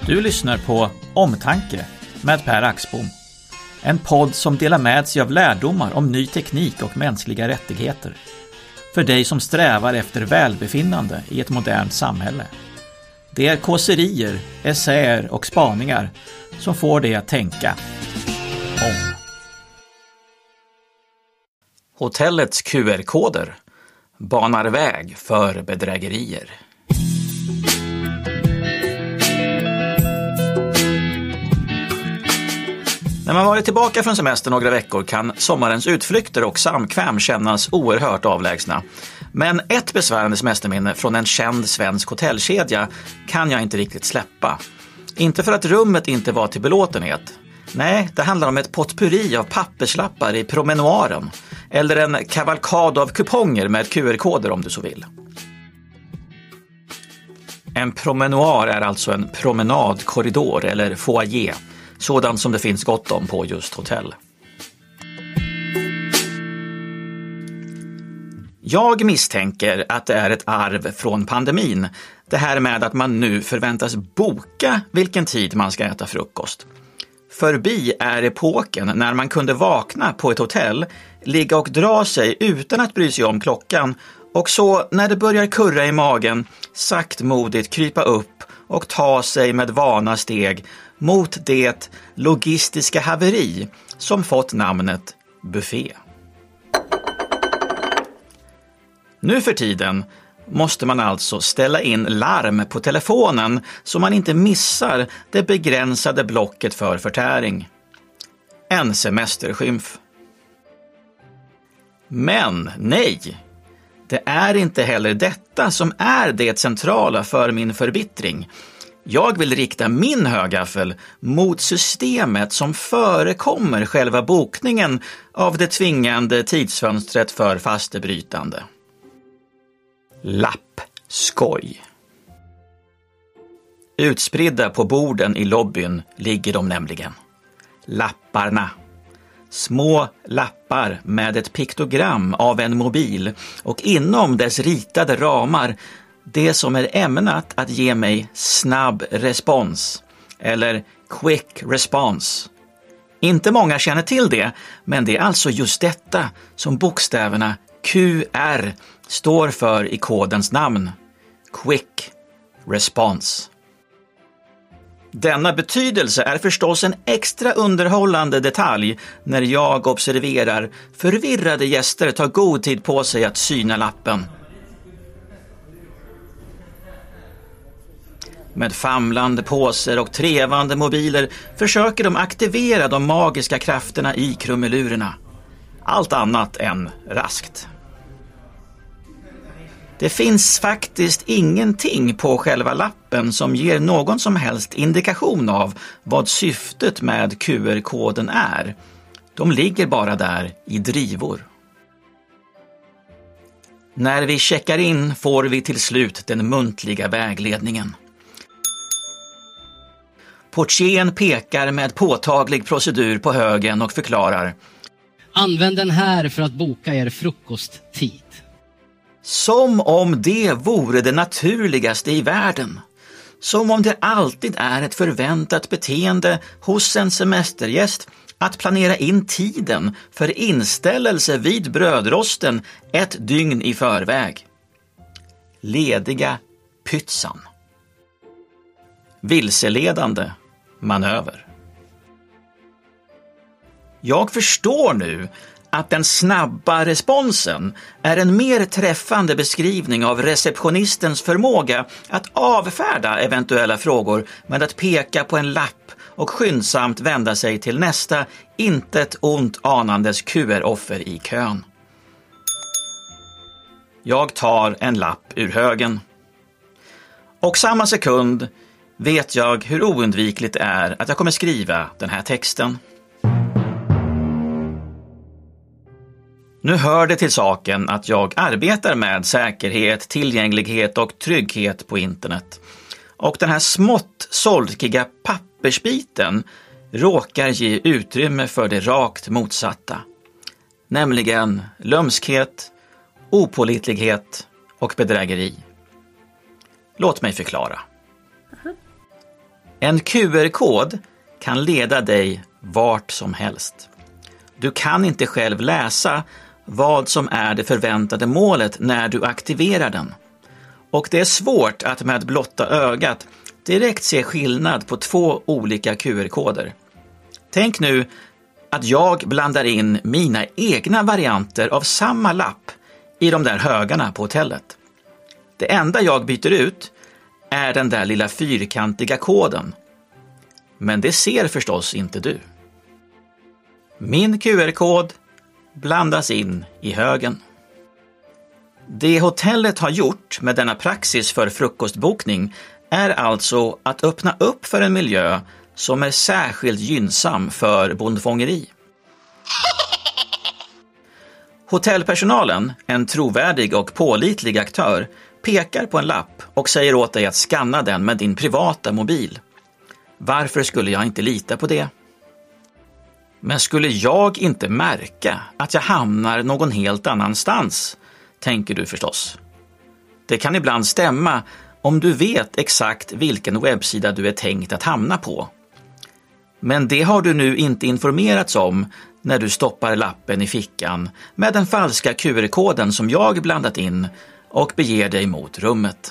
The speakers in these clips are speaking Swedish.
Du lyssnar på Omtanke med Per Axbom. En podd som delar med sig av lärdomar om ny teknik och mänskliga rättigheter. För dig som strävar efter välbefinnande i ett modernt samhälle. Det är kåserier, essäer och spaningar som får dig att tänka om. Hotellets QR-koder banar väg för bedrägerier. När man varit tillbaka från semester några veckor kan sommarens utflykter och samkväm kännas oerhört avlägsna. Men ett besvärande semesterminne från en känd svensk hotellkedja kan jag inte riktigt släppa. Inte för att rummet inte var till belåtenhet. Nej, det handlar om ett potpurri av papperslappar i promenoaren. Eller en kavalkad av kuponger med QR-koder om du så vill. En promenoar är alltså en promenadkorridor eller foyer. Sådant som det finns gott om på just hotell. Jag misstänker att det är ett arv från pandemin. Det här med att man nu förväntas boka vilken tid man ska äta frukost. Förbi är epoken när man kunde vakna på ett hotell, ligga och dra sig utan att bry sig om klockan och så när det börjar kurra i magen saktmodigt krypa upp och ta sig med vana steg mot det logistiska haveri som fått namnet buffé. Nu för tiden måste man alltså ställa in larm på telefonen så man inte missar det begränsade blocket för förtäring. En semesterskymf. Men nej, det är inte heller detta som är det centrala för min förbittring. Jag vill rikta min högaffel mot systemet som förekommer själva bokningen av det tvingande tidsfönstret för fastebrytande. Lappskoj. Utspridda på borden i lobbyn ligger de nämligen. Lapparna. Små lappar med ett piktogram av en mobil och inom dess ritade ramar det som är ämnat att ge mig snabb respons eller quick response. Inte många känner till det, men det är alltså just detta som bokstäverna QR står för i kodens namn. Quick response. Denna betydelse är förstås en extra underhållande detalj när jag observerar förvirrade gäster ta god tid på sig att syna lappen. Med famlande påser och trevande mobiler försöker de aktivera de magiska krafterna i krumelurerna. Allt annat än raskt. Det finns faktiskt ingenting på själva lappen som ger någon som helst indikation av vad syftet med QR-koden är. De ligger bara där i drivor. När vi checkar in får vi till slut den muntliga vägledningen. Portieren pekar med påtaglig procedur på högen och förklarar: använd den här för att boka er frukosttid. Som om det vore det naturligaste i världen. Som om det alltid är ett förväntat beteende hos en semestergäst att planera in tiden för inställelse vid brödrosten ett dygn i förväg. Lediga pytsan. Vilseledande manöver. Jag förstår nu att den snabba responsen är en mer träffande beskrivning av receptionistens förmåga att avfärda eventuella frågor med att peka på en lapp och skyndsamt vända sig till nästa intet ont anandes QR-offer i kön. Jag tar en lapp ur högen. Och samma sekund vet jag hur oundvikligt det är att jag kommer skriva den här texten. Nu hör det till saken att jag arbetar med säkerhet, tillgänglighet och trygghet på internet. Och den här smått solkiga pappersbiten råkar ge utrymme för det rakt motsatta. Nämligen lömskhet, opålitlighet och bedrägeri. Låt mig förklara. En QR-kod kan leda dig vart som helst. Du kan inte själv läsa vad som är det förväntade målet när du aktiverar den. Och det är svårt att med blotta ögat direkt se skillnad på 2 olika QR-koder. Tänk nu att jag blandar in mina egna varianter av samma lapp i de där högarna på hotellet. Det enda jag byter ut är den där lilla fyrkantiga koden. Men det ser förstås inte du. Min QR-kod blandas in i högen. Det hotellet har gjort med denna praxis för frukostbokning är alltså att öppna upp för en miljö som är särskilt gynnsam för bondfångeri. Hotellpersonalen, en trovärdig och pålitlig aktör, pekar på en lapp och säger åt dig att skanna den med din privata mobil. Varför skulle jag inte lita på det? Men skulle jag inte märka att jag hamnar någon helt annanstans, tänker du förstås. Det kan ibland stämma om du vet exakt vilken webbsida du är tänkt att hamna på. Men det har du nu inte informerats om när du stoppar lappen i fickan med den falska QR-koden som jag blandat in och beger dig mot rummet.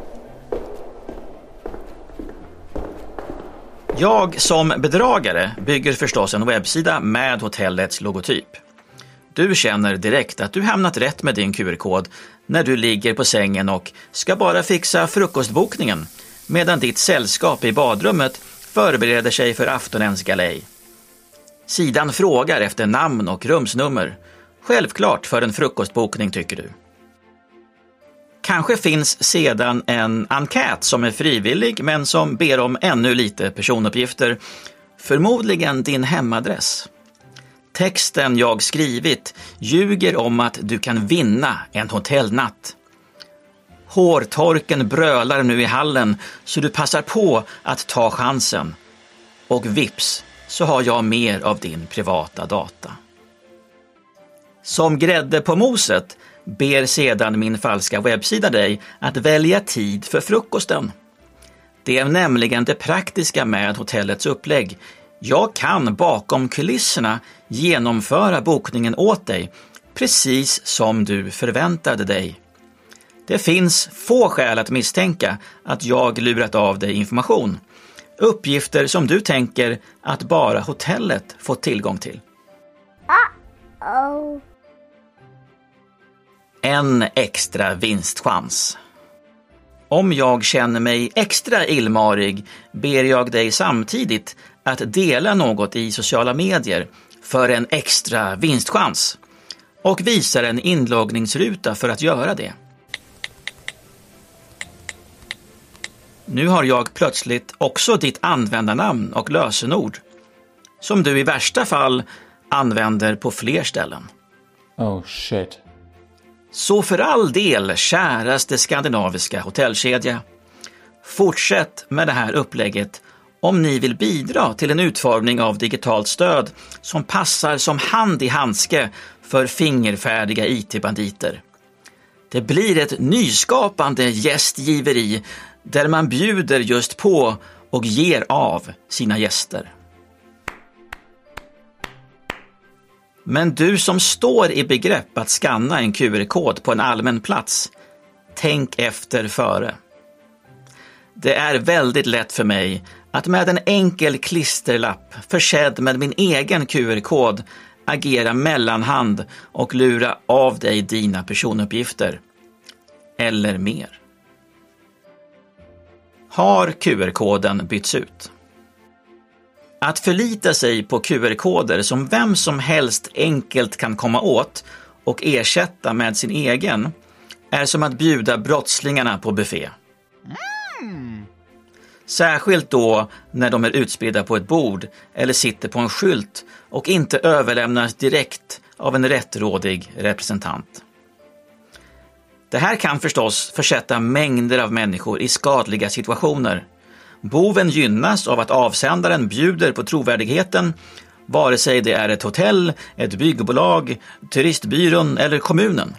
Jag som bedragare bygger förstås en webbsida med hotellets logotyp. Du känner direkt att du hamnat rätt med din QR-kod när du ligger på sängen och ska bara fixa frukostbokningen medan ditt sällskap i badrummet förbereder sig för aftonens galej. Sidan frågar efter namn och rumsnummer. Självklart för en frukostbokning, tycker du. Kanske finns sedan en enkät som är frivillig men som ber om ännu lite personuppgifter. Förmodligen din hemadress. Texten jag skrivit ljuger om att du kan vinna en hotellnatt. Hårtorken brölar nu i hallen så du passar på att ta chansen. Och vips så har jag mer av din privata data. Som grädde på moset ber sedan min falska webbsida dig att välja tid för frukosten. Det är nämligen det praktiska med hotellets upplägg. Jag kan bakom kulisserna genomföra bokningen åt dig, precis som du förväntade dig. Det finns få skäl att misstänka att jag lurat av dig information. Uppgifter som du tänker att bara hotellet fått tillgång till. Uh-oh. En extra vinstchans. Om jag känner mig extra illmarig ber jag dig samtidigt att dela något i sociala medier för en extra vinstchans och visar en inloggningsruta för att göra det. Nu har jag plötsligt också ditt användarnamn och lösenord som du i värsta fall använder på fler ställen. Oh shit. Så för all del, käraste skandinaviska hotellkedja. Fortsätt med det här upplägget om ni vill bidra till en utformning av digitalt stöd som passar som hand i handske för fingerfärdiga IT-banditer. Det blir ett nyskapande gästgiveri där man bjuder just på och ger av sina gäster. Men du som står i begrepp att skanna en QR-kod på en allmän plats, tänk efter före. Det är väldigt lätt för mig att med en enkel klisterlapp försedd med min egen QR-kod agera mellanhand och lura av dig dina personuppgifter. Eller mer. Har QR-koden bytts ut? Att förlita sig på QR-koder som vem som helst enkelt kan komma åt och ersätta med sin egen är som att bjuda brottslingarna på buffé. Särskilt då när de är utspridda på ett bord eller sitter på en skylt och inte överlämnas direkt av en rättrådig representant. Det här kan förstås försätta mängder av människor i skadliga situationer. Boven gynnas av att avsändaren bjuder på trovärdigheten, vare sig det är ett hotell, ett byggbolag, turistbyrån eller kommunen.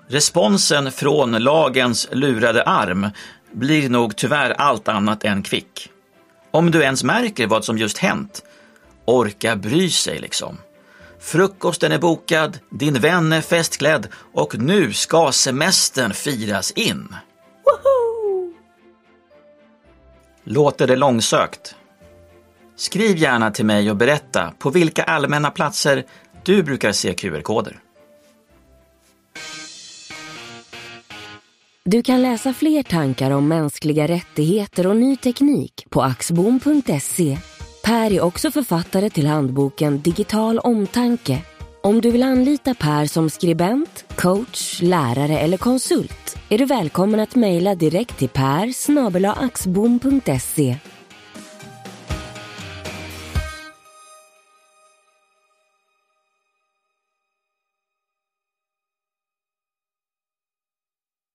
Responsen från lagens lurade arm blir nog tyvärr allt annat än kvick. Om du ens märker vad som just hänt, orka bry sig liksom. Frukosten är bokad, din vän är festklädd och nu ska semestern firas in. Woho! Låter det långsökt? Skriv gärna till mig och berätta på vilka allmänna platser du brukar se QR-koder. Du kan läsa fler tankar om mänskliga rättigheter och ny teknik på axbom.se. Per är också författare till handboken Digital omtanke. Om du vill anlita Per som skribent, coach, lärare eller konsult är du välkommen att mejla direkt till per@axbom.se.